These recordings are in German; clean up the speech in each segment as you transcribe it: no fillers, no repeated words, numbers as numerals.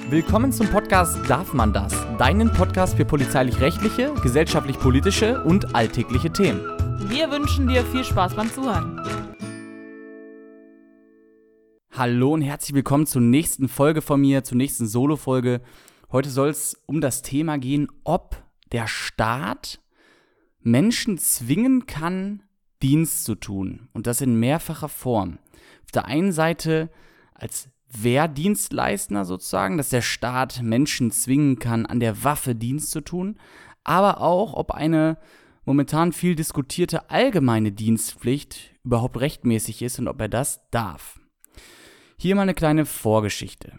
Willkommen zum Podcast Darf man das? Deinen Podcast für polizeilich-rechtliche, gesellschaftlich-politische und alltägliche Themen. Wir wünschen dir viel Spaß beim Zuhören. Hallo und herzlich willkommen zur nächsten Folge von mir, zur nächsten Solo-Folge. Heute soll es um das Thema gehen, ob der Staat Menschen zwingen kann, Dienst zu tun. Und das in mehrfacher Form. Auf der einen Seite als Wehrdienstleister sozusagen, dass der Staat Menschen zwingen kann, an der Waffe Dienst zu tun, aber auch, ob eine momentan viel diskutierte allgemeine Dienstpflicht überhaupt rechtmäßig ist und ob er das darf. Hier mal eine kleine Vorgeschichte.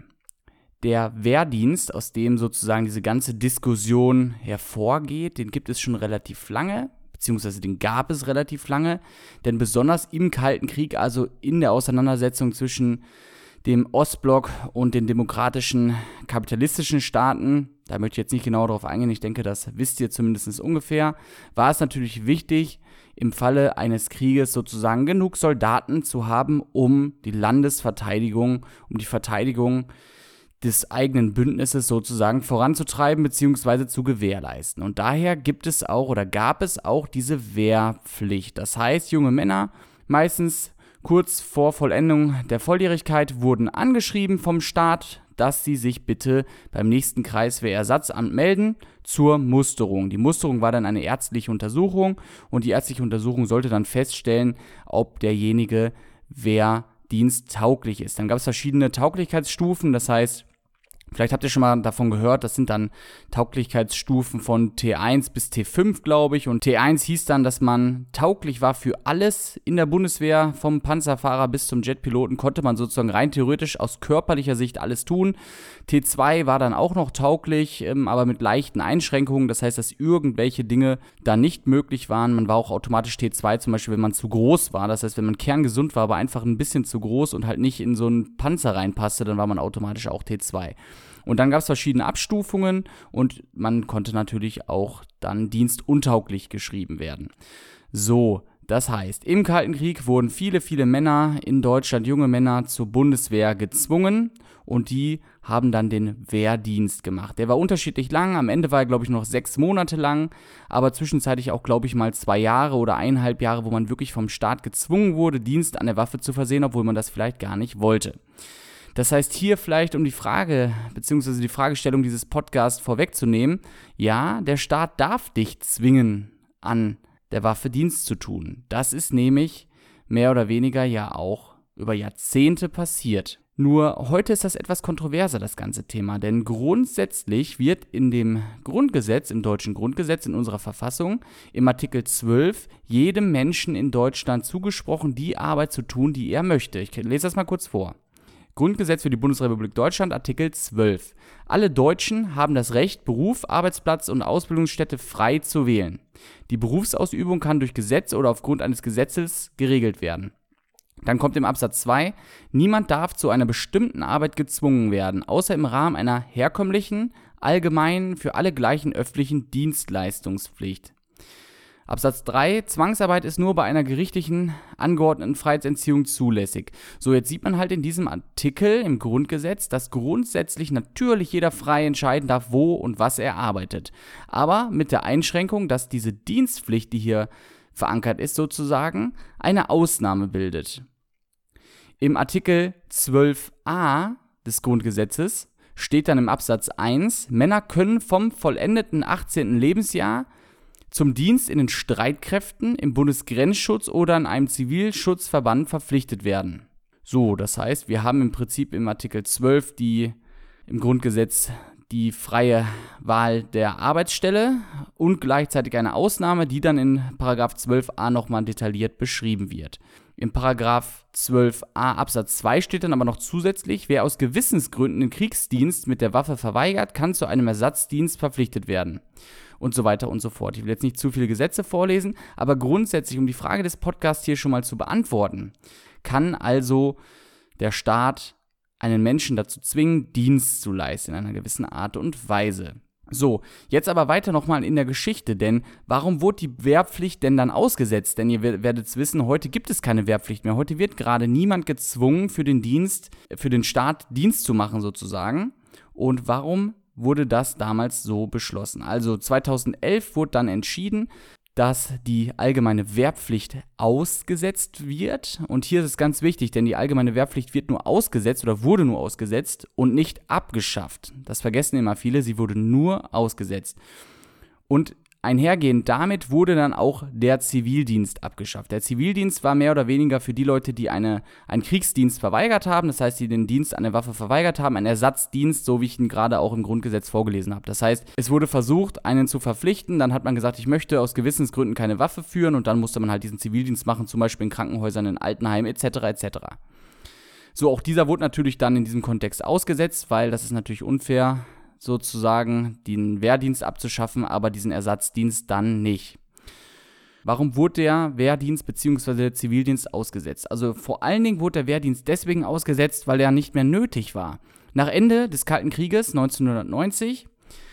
Der Wehrdienst, aus dem sozusagen diese ganze Diskussion hervorgeht, den gibt es schon relativ lange, beziehungsweise den gab es relativ lange, denn besonders im Kalten Krieg, also in der Auseinandersetzung zwischen dem Ostblock und den demokratischen kapitalistischen Staaten, da möchte ich jetzt nicht genau darauf eingehen, ich denke, das wisst ihr zumindest ungefähr, war es natürlich wichtig, im Falle eines Krieges sozusagen genug Soldaten zu haben, um die Landesverteidigung, um die Verteidigung des eigenen Bündnisses sozusagen voranzutreiben bzw. zu gewährleisten. Und daher gab es auch diese Wehrpflicht. Das heißt, junge Männer, meistens kurz vor Vollendung der Volljährigkeit, wurden angeschrieben vom Staat, dass sie sich bitte beim nächsten Kreiswehrersatzamt melden zur Musterung. Die Musterung war dann eine ärztliche Untersuchung und die ärztliche Untersuchung sollte dann feststellen, ob derjenige wehrdiensttauglich ist. Dann gab es verschiedene Tauglichkeitsstufen, das heißt, vielleicht habt ihr schon mal davon gehört, das sind dann Tauglichkeitsstufen von T1 bis T5, glaube ich. Und T1 hieß dann, dass man tauglich war für alles in der Bundeswehr. Vom Panzerfahrer bis zum Jetpiloten konnte man sozusagen rein theoretisch aus körperlicher Sicht alles tun. T2 war dann auch noch tauglich, aber mit leichten Einschränkungen. Das heißt, dass irgendwelche Dinge da nicht möglich waren. Man war auch automatisch T2, zum Beispiel, wenn man zu groß war. Das heißt, wenn man kerngesund war, aber einfach ein bisschen zu groß und halt nicht in so einen Panzer reinpasste, dann war man automatisch auch T2. Und dann gab es verschiedene Abstufungen und man konnte natürlich auch dann dienstuntauglich geschrieben werden. So, das heißt, im Kalten Krieg wurden viele, viele Männer in Deutschland, junge Männer, zur Bundeswehr gezwungen und die haben dann den Wehrdienst gemacht. Der war unterschiedlich lang, am Ende war er, glaube ich, noch 6 Monate lang, aber zwischenzeitlich auch, glaube ich, mal 2 Jahre oder 1,5 Jahre, wo man wirklich vom Staat gezwungen wurde, Dienst an der Waffe zu versehen, obwohl man das vielleicht gar nicht wollte. Das heißt, hier vielleicht, um die Frage bzw. die Fragestellung dieses Podcasts vorwegzunehmen, ja, der Staat darf dich zwingen, an der Waffe Dienst zu tun. Das ist nämlich mehr oder weniger ja auch über Jahrzehnte passiert. Nur heute ist das etwas kontroverser, das ganze Thema, denn grundsätzlich wird in dem Grundgesetz, im deutschen Grundgesetz, in unserer Verfassung, im Artikel 12, jedem Menschen in Deutschland zugesprochen, die Arbeit zu tun, die er möchte. Ich lese das mal kurz vor. Grundgesetz für die Bundesrepublik Deutschland, Artikel 12. Alle Deutschen haben das Recht, Beruf, Arbeitsplatz und Ausbildungsstätte frei zu wählen. Die Berufsausübung kann durch Gesetz oder aufgrund eines Gesetzes geregelt werden. Dann kommt im Absatz 2, niemand darf zu einer bestimmten Arbeit gezwungen werden, außer im Rahmen einer herkömmlichen, allgemeinen, für alle gleichen öffentlichen Dienstleistungspflicht. Absatz 3, Zwangsarbeit ist nur bei einer gerichtlichen angeordneten Freiheitsentziehung zulässig. So, jetzt sieht man halt in diesem Artikel im Grundgesetz, dass grundsätzlich natürlich jeder frei entscheiden darf, wo und was er arbeitet. Aber mit der Einschränkung, dass diese Dienstpflicht, die hier verankert ist sozusagen, eine Ausnahme bildet. Im Artikel 12a des Grundgesetzes steht dann im Absatz 1, Männer können vom vollendeten 18. Lebensjahr zum Dienst in den Streitkräften, im Bundesgrenzschutz oder in einem Zivilschutzverband verpflichtet werden. So, das heißt, wir haben im Prinzip im Artikel 12 im Grundgesetz die freie Wahl der Arbeitsstelle und gleichzeitig eine Ausnahme, die dann in Paragraph 12a nochmal detailliert beschrieben wird. Im Paragraph 12a Absatz 2 steht dann aber noch zusätzlich, wer aus Gewissensgründen den Kriegsdienst mit der Waffe verweigert, kann zu einem Ersatzdienst verpflichtet werden. Und so weiter und so fort. Ich will jetzt nicht zu viele Gesetze vorlesen, aber grundsätzlich, um die Frage des Podcasts hier schon mal zu beantworten, kann also der Staat einen Menschen dazu zwingen, Dienst zu leisten in einer gewissen Art und Weise. So, jetzt aber weiter nochmal in der Geschichte, denn warum wurde die Wehrpflicht denn dann ausgesetzt? Denn ihr werdet es wissen, heute gibt es keine Wehrpflicht mehr. Heute wird gerade niemand gezwungen, für den Staat Dienst zu machen sozusagen. und warum wurde das damals so beschlossen? Also 2011 wurde dann entschieden, dass die allgemeine Wehrpflicht ausgesetzt wird. Und hier ist es ganz wichtig, denn die allgemeine Wehrpflicht wird nur ausgesetzt oder wurde nur ausgesetzt und nicht abgeschafft. Das vergessen immer viele, sie wurde nur ausgesetzt. Und einhergehend damit wurde dann auch der Zivildienst abgeschafft. Der Zivildienst war mehr oder weniger für die Leute, die einen Kriegsdienst verweigert haben, das heißt, die den Dienst an der Waffe verweigert haben, ein Ersatzdienst, so wie ich ihn gerade auch im Grundgesetz vorgelesen habe. Das heißt, es wurde versucht, einen zu verpflichten, dann hat man gesagt, ich möchte aus Gewissensgründen keine Waffe führen und dann musste man halt diesen Zivildienst machen, zum Beispiel in Krankenhäusern, in Altenheimen etc. etc. So, auch dieser wurde natürlich dann in diesem Kontext ausgesetzt, weil das ist natürlich unfair, sozusagen den Wehrdienst abzuschaffen, aber diesen Ersatzdienst dann nicht. Warum wurde der Wehrdienst bzw. der Zivildienst ausgesetzt? Also vor allen Dingen wurde der Wehrdienst deswegen ausgesetzt, weil er nicht mehr nötig war. Nach Ende des Kalten Krieges 1990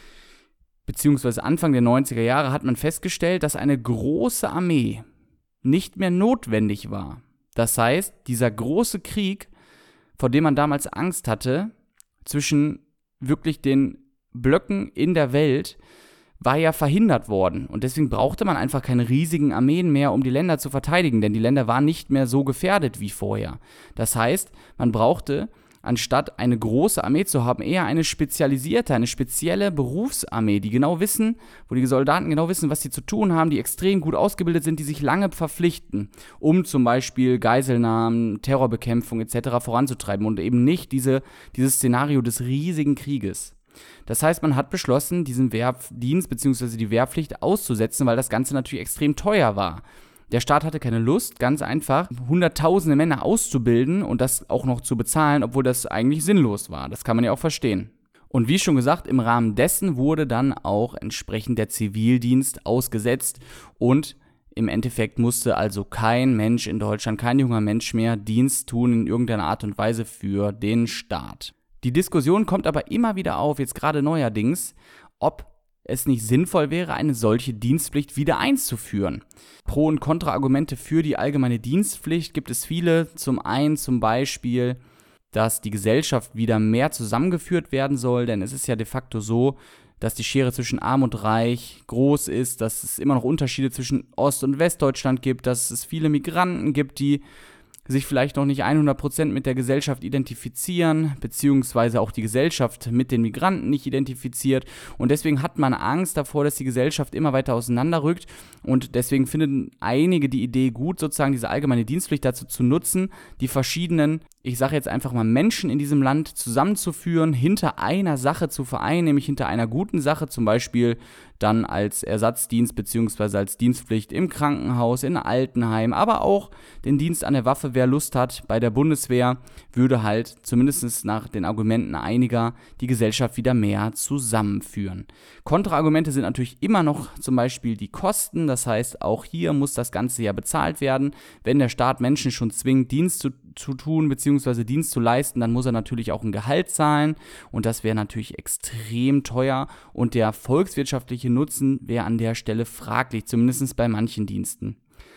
bzw. Anfang der 90er Jahre hat man festgestellt, dass eine große Armee nicht mehr notwendig war. Das heißt, dieser große Krieg, vor dem man damals Angst hatte, zwischen wirklich den Blöcken in der Welt, war ja verhindert worden. Und deswegen brauchte man einfach keine riesigen Armeen mehr, um die Länder zu verteidigen, denn die Länder waren nicht mehr so gefährdet wie vorher. Das heißt, man brauchte, anstatt eine große Armee zu haben, eher eine spezialisierte, eine spezielle Berufsarmee, die genau wissen, wo die Soldaten genau wissen, was sie zu tun haben, die extrem gut ausgebildet sind, die sich lange verpflichten, um zum Beispiel Geiselnahmen, Terrorbekämpfung etc. voranzutreiben und eben nicht dieses Szenario des riesigen Krieges. Das heißt, man hat beschlossen, diesen Wehrdienst bzw. die Wehrpflicht auszusetzen, weil das Ganze natürlich extrem teuer war. Der Staat hatte keine Lust, ganz einfach, hunderttausende Männer auszubilden und das auch noch zu bezahlen, obwohl das eigentlich sinnlos war. Das kann man ja auch verstehen. Und wie schon gesagt, im Rahmen dessen wurde dann auch entsprechend der Zivildienst ausgesetzt und im Endeffekt musste also kein Mensch in Deutschland, kein junger Mensch mehr Dienst tun in irgendeiner Art und Weise für den Staat. Die Diskussion kommt aber immer wieder auf, jetzt gerade neuerdings, ob es nicht sinnvoll wäre, eine solche Dienstpflicht wieder einzuführen. Pro- und Kontraargumente für die allgemeine Dienstpflicht gibt es viele. Zum einen zum Beispiel, dass die Gesellschaft wieder mehr zusammengeführt werden soll, denn es ist ja de facto so, dass die Schere zwischen Arm und Reich groß ist, dass es immer noch Unterschiede zwischen Ost- und Westdeutschland gibt, dass es viele Migranten gibt, die sich vielleicht noch nicht 100% mit der Gesellschaft identifizieren, beziehungsweise auch die Gesellschaft mit den Migranten nicht identifiziert. Und deswegen hat man Angst davor, dass die Gesellschaft immer weiter auseinanderrückt. Und deswegen finden einige die Idee gut, sozusagen diese allgemeine Dienstpflicht dazu zu nutzen, die verschiedenen, ich sage jetzt einfach mal, Menschen in diesem Land zusammenzuführen, hinter einer Sache zu vereinen, nämlich hinter einer guten Sache, zum Beispiel dann als Ersatzdienst bzw. als Dienstpflicht im Krankenhaus, in Altenheim, aber auch den Dienst an der Waffe, wer Lust hat, bei der Bundeswehr, würde halt zumindest nach den Argumenten einiger die Gesellschaft wieder mehr zusammenführen. Kontraargumente sind natürlich immer noch zum Beispiel die Kosten, das heißt, auch hier muss das Ganze ja bezahlt werden. Wenn der Staat Menschen schon zwingt, Dienst zu tun bzw. Dienst zu leisten, dann muss er natürlich auch ein Gehalt zahlen und das wäre natürlich extrem teuer und der volkswirtschaftliche Nutzen wäre an der Stelle fraglich, zumindest bei manchen Diensten.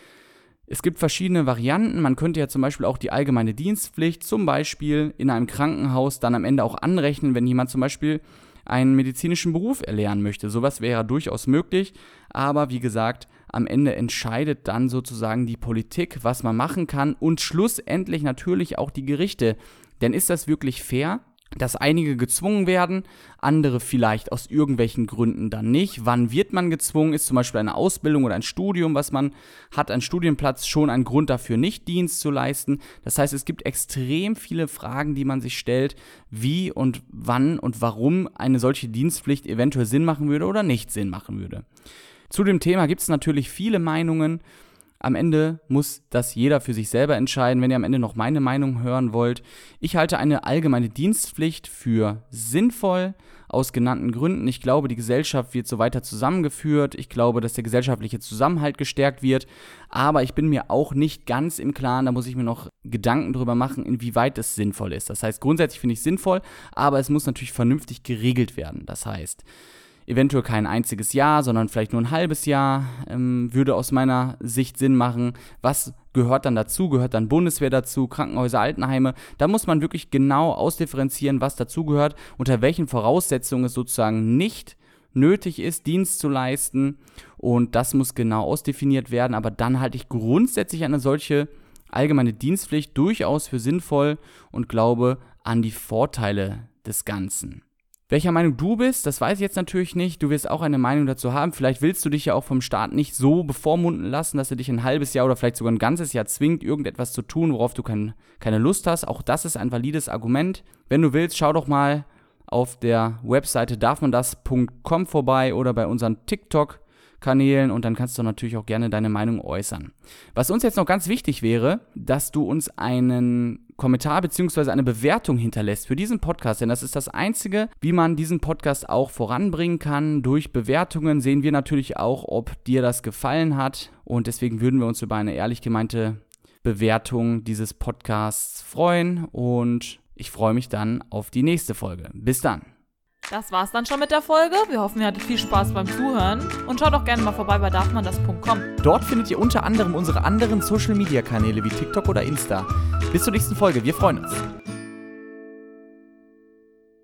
Es gibt verschiedene Varianten, man könnte ja zum Beispiel auch die allgemeine Dienstpflicht zum Beispiel in einem Krankenhaus dann am Ende auch anrechnen, wenn jemand zum Beispiel einen medizinischen Beruf erlernen möchte. Sowas wäre durchaus möglich, aber wie gesagt, am Ende entscheidet dann sozusagen die Politik, was man machen kann und schlussendlich natürlich auch die Gerichte. Denn ist das wirklich fair, dass einige gezwungen werden, andere vielleicht aus irgendwelchen Gründen dann nicht? Wann wird man gezwungen? Ist zum Beispiel eine Ausbildung oder ein Studium, was man hat, ein Studienplatz, schon ein Grund dafür, nicht Dienst zu leisten? Das heißt, es gibt extrem viele Fragen, die man sich stellt, wie und wann und warum eine solche Dienstpflicht eventuell Sinn machen würde oder nicht Sinn machen würde. Zu dem Thema gibt es natürlich viele Meinungen. Am Ende muss das jeder für sich selber entscheiden. Wenn ihr am Ende noch meine Meinung hören wollt, ich halte eine allgemeine Dienstpflicht für sinnvoll, aus genannten Gründen. Ich glaube, die Gesellschaft wird so weiter zusammengeführt. Ich glaube, dass der gesellschaftliche Zusammenhalt gestärkt wird. Aber ich bin mir auch nicht ganz im Klaren, da muss ich mir noch Gedanken drüber machen, inwieweit es sinnvoll ist. Das heißt, grundsätzlich finde ich es sinnvoll, aber es muss natürlich vernünftig geregelt werden. Das heißt, eventuell kein einziges Jahr, sondern vielleicht nur ein halbes Jahr, würde aus meiner Sicht Sinn machen. Was gehört dann dazu? Gehört dann Bundeswehr dazu, Krankenhäuser, Altenheime? Da muss man wirklich genau ausdifferenzieren, was dazugehört, unter welchen Voraussetzungen es sozusagen nicht nötig ist, Dienst zu leisten, und das muss genau ausdefiniert werden, aber dann halte ich grundsätzlich eine solche allgemeine Dienstpflicht durchaus für sinnvoll und glaube an die Vorteile des Ganzen. Welcher Meinung du bist, das weiß ich jetzt natürlich nicht. Du wirst auch eine Meinung dazu haben. Vielleicht willst du dich ja auch vom Staat nicht so bevormunden lassen, dass er dich ein halbes Jahr oder vielleicht sogar ein ganzes Jahr zwingt, irgendetwas zu tun, worauf du keine Lust hast. Auch das ist ein valides Argument. Wenn du willst, schau doch mal auf der Webseite darfmandas.com vorbei oder bei unseren TikTok-Kanälen, und dann kannst du natürlich auch gerne deine Meinung äußern. Was uns jetzt noch ganz wichtig wäre, dass du uns einen Kommentar bzw. eine Bewertung hinterlässt für diesen Podcast, denn das ist das Einzige, wie man diesen Podcast auch voranbringen kann. Durch Bewertungen sehen wir natürlich auch, ob dir das gefallen hat, und deswegen würden wir uns über eine ehrlich gemeinte Bewertung dieses Podcasts freuen, und ich freue mich dann auf die nächste Folge. Bis dann. Das war's dann schon mit der Folge. Wir hoffen, ihr hattet viel Spaß beim Zuhören. Und schaut doch gerne mal vorbei bei darfmandas.com. Dort findet ihr unter anderem unsere anderen Social-Media-Kanäle wie TikTok oder Insta. Bis zur nächsten Folge. Wir freuen uns.